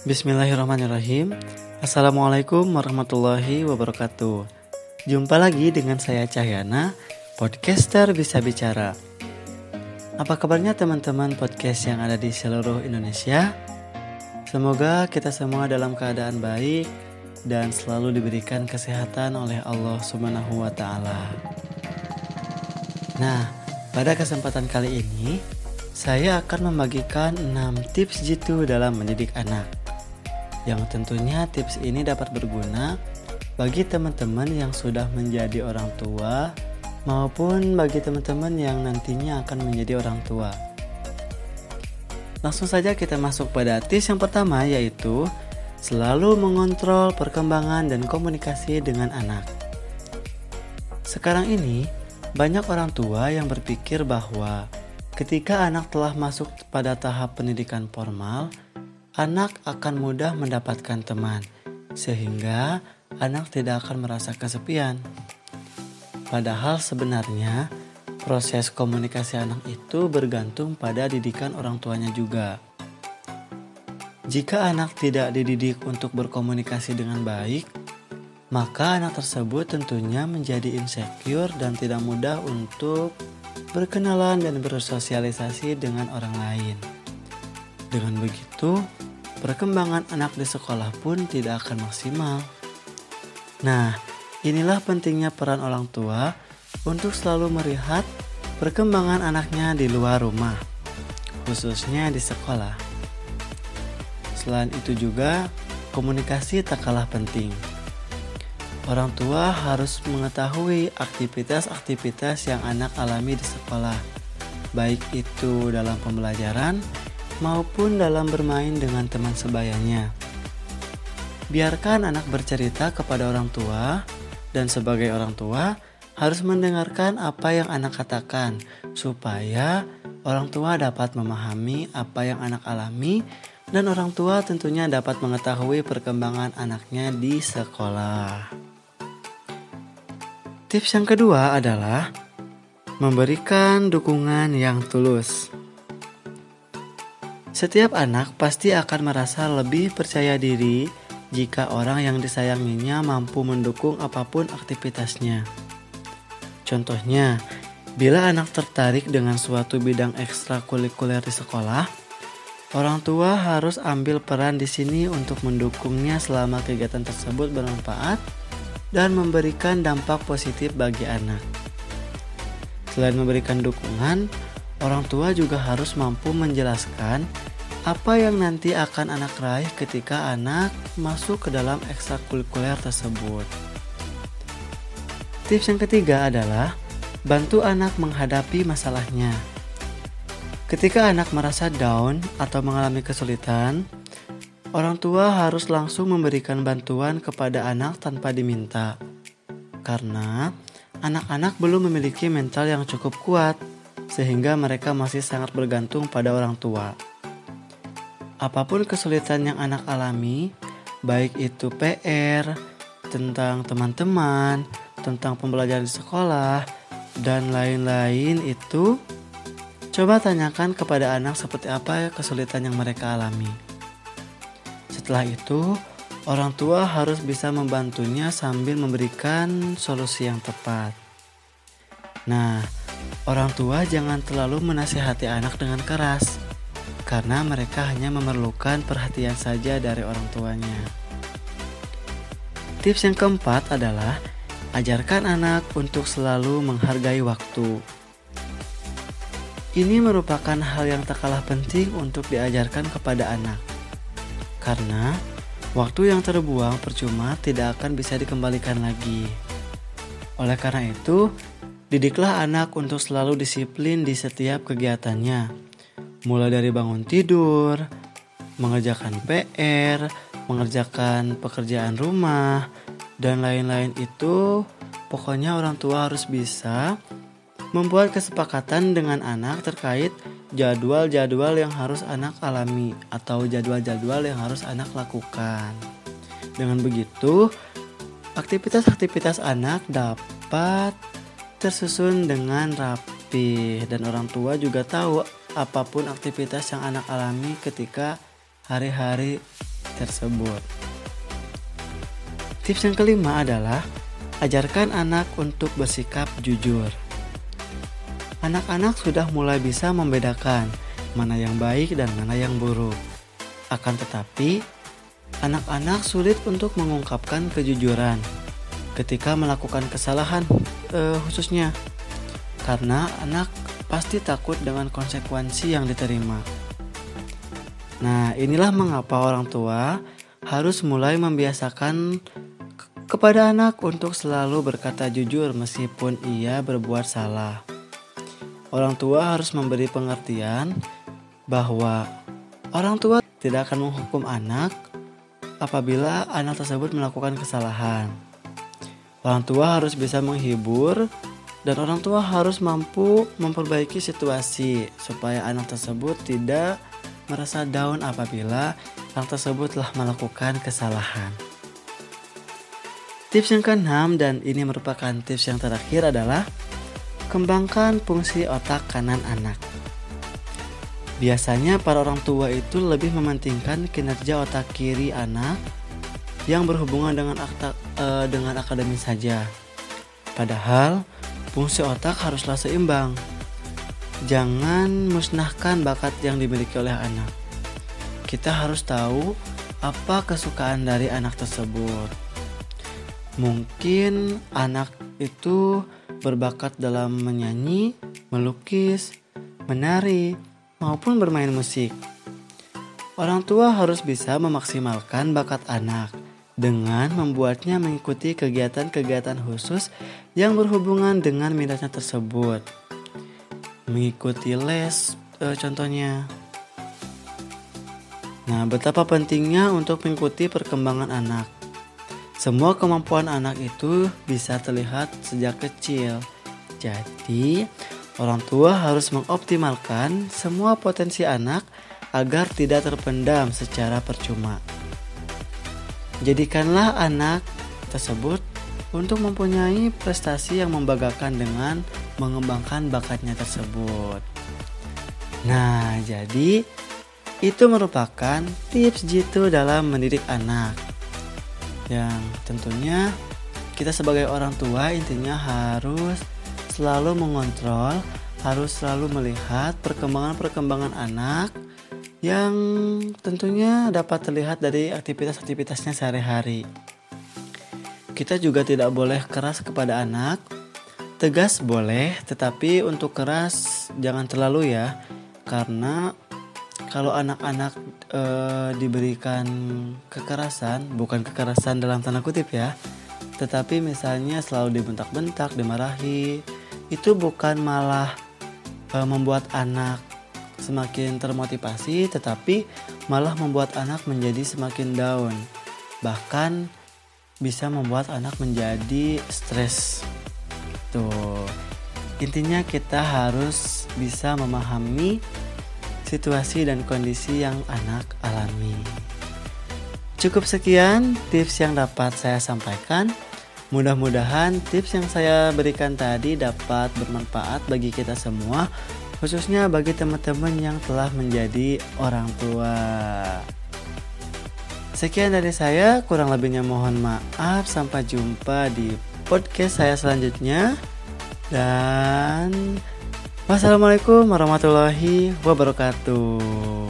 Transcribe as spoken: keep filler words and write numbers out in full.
Bismillahirrahmanirrahim. Assalamualaikum warahmatullahi wabarakatuh. Jumpa lagi dengan saya Cahyana, podcaster Bisa Bicara. Apa kabarnya teman-teman podcast yang ada di seluruh Indonesia? Semoga kita semua dalam keadaan baik dan selalu diberikan kesehatan oleh Allah Subhanahu wa Ta'ala. Nah, pada kesempatan kali ini saya akan membagikan enam tips jitu dalam mendidik anak. Yang tentunya tips ini dapat berguna bagi teman-teman yang sudah menjadi orang tua maupun bagi teman-teman yang nantinya akan menjadi orang tua. Langsung saja kita masuk pada tips yang pertama, yaitu selalu mengontrol perkembangan dan komunikasi dengan anak. Sekarang ini banyak orang tua yang berpikir bahwa ketika anak telah masuk pada tahap pendidikan formal, anak akan mudah mendapatkan teman, sehingga anak tidak akan merasa kesepian. Padahal sebenarnya proses komunikasi anak itu bergantung pada didikan orang tuanya juga. Jika anak tidak dididik untuk berkomunikasi dengan baik, maka anak tersebut tentunya menjadi insecure dan tidak mudah untuk berkenalan dan bersosialisasi dengan orang lain. Dengan begitu, perkembangan anak di sekolah pun tidak akan maksimal. Nah, inilah pentingnya peran orang tua untuk selalu melihat perkembangan anaknya di luar rumah, khususnya di sekolah. Selain itu juga, komunikasi tak kalah penting. Orang tua harus mengetahui aktivitas-aktivitas yang anak alami di sekolah, baik itu dalam pembelajaran maupun dalam bermain dengan teman sebayanya. Biarkan anak bercerita kepada orang tua, dan sebagai orang tua harus mendengarkan apa yang anak katakan, supaya orang tua dapat memahami apa yang anak alami, dan orang tua tentunya dapat mengetahui perkembangan anaknya di sekolah. Tips yang kedua adalah memberikan dukungan yang tulus. Setiap anak pasti akan merasa lebih percaya diri jika orang yang disayanginya mampu mendukung apapun aktivitasnya. Contohnya, bila anak tertarik dengan suatu bidang ekstrakurikuler di sekolah, orang tua harus ambil peran di sini untuk mendukungnya selama kegiatan tersebut bermanfaat dan memberikan dampak positif bagi anak. Selain memberikan dukungan, orang tua juga harus mampu menjelaskan apa yang nanti akan anak raih ketika anak masuk ke dalam ekstrakurikuler tersebut. Tips yang ketiga adalah bantu anak menghadapi masalahnya. Ketika anak merasa down atau mengalami kesulitan, orang tua harus langsung memberikan bantuan kepada anak tanpa diminta. Karena anak-anak belum memiliki mental yang cukup kuat, sehingga mereka masih sangat bergantung pada orang tua. Apapun kesulitan yang anak alami, baik itu P R, tentang teman-teman, tentang pembelajaran di sekolah, dan lain-lain itu, coba tanyakan kepada anak seperti apa kesulitan yang mereka alami. Setelah itu, orang tua harus bisa membantunya sambil memberikan solusi yang tepat. Nah, orang tua jangan terlalu menasihati anak dengan keras, karena mereka hanya memerlukan perhatian saja dari orang tuanya. Tips yang keempat adalah ajarkan anak untuk selalu menghargai waktu. Ini merupakan hal yang tak kalah penting untuk diajarkan kepada anak. Karena waktu yang terbuang percuma tidak akan bisa dikembalikan lagi. Oleh karena itu, didiklah anak untuk selalu disiplin di setiap kegiatannya. Mulai dari bangun tidur, mengerjakan P R, mengerjakan pekerjaan rumah, dan lain-lain itu, pokoknya orang tua harus bisa membuat kesepakatan dengan anak terkait jadwal-jadwal yang harus anak alami atau jadwal-jadwal yang harus anak lakukan. Dengan begitu, aktivitas-aktivitas anak dapat tersusun dengan rapi dan orang tua juga tahu apapun aktivitas yang anak alami ketika hari-hari tersebut. Tips yang kelima adalah ajarkan anak untuk bersikap jujur. Anak-anak sudah mulai bisa membedakan mana yang baik dan mana yang buruk. Akan tetapi, anak-anak sulit untuk mengungkapkan kejujuran ketika melakukan kesalahan eh, khususnya karena anak pasti takut dengan konsekuensi yang diterima. Nah, inilah mengapa orang tua harus mulai membiasakan kepada anak untuk selalu berkata jujur meskipun ia berbuat salah. Orang tua harus memberi pengertian bahwa orang tua tidak akan menghukum anak apabila anak tersebut melakukan kesalahan. Orang tua harus bisa menghibur dan orang tua harus mampu memperbaiki situasi supaya anak tersebut tidak merasa down apabila anak tersebut telah melakukan kesalahan. Tips yang keenam dan ini merupakan tips yang terakhir adalah kembangkan fungsi otak kanan anak. Biasanya para orang tua itu lebih mementingkan kinerja otak kiri anak yang berhubungan dengan akta, eh, dengan akademis saja. Padahal fungsi otak haruslah seimbang. Jangan musnahkan bakat yang dimiliki oleh anak. Kita harus tahu apa kesukaan dari anak tersebut. Mungkin anak itu berbakat dalam menyanyi, melukis, menari, maupun bermain musik. Orang tua harus bisa memaksimalkan bakat anak dengan membuatnya mengikuti kegiatan-kegiatan khusus yang berhubungan dengan minatnya tersebut. Mengikuti les, e, contohnya. Nah, betapa pentingnya untuk mengikuti perkembangan anak. Semua kemampuan anak itu bisa terlihat sejak kecil. Jadi, orang tua harus mengoptimalkan semua potensi anak agar tidak terpendam secara percuma. Jadikanlah anak tersebut untuk mempunyai prestasi yang membanggakan dengan mengembangkan bakatnya tersebut. Nah, jadi itu merupakan tips jitu dalam mendidik anak. Yang tentunya kita sebagai orang tua intinya harus selalu mengontrol, harus selalu melihat perkembangan-perkembangan anak yang tentunya dapat terlihat dari aktivitas-aktivitasnya sehari-hari. Kita juga tidak boleh keras kepada anak. Tegas boleh, tetapi untuk keras jangan terlalu ya. Karena kalau anak-anak e, diberikan kekerasan, bukan kekerasan dalam tanda kutip ya, tetapi misalnya selalu dibentak-bentak, dimarahi, itu bukan malah e, membuat anak semakin termotivasi, tetapi malah membuat anak menjadi semakin down. Bahkan bisa membuat anak menjadi stres. Tuh. Intinya kita harus bisa memahami situasi dan kondisi yang anak alami. Cukup sekian tips yang dapat saya sampaikan. Mudah-mudahan tips yang saya berikan tadi dapat bermanfaat bagi kita semua, khususnya bagi teman-teman yang telah menjadi orang tua. Sekian dari saya, kurang lebihnya mohon maaf. Sampai jumpa di podcast saya selanjutnya. Dan wassalamualaikum warahmatullahi wabarakatuh.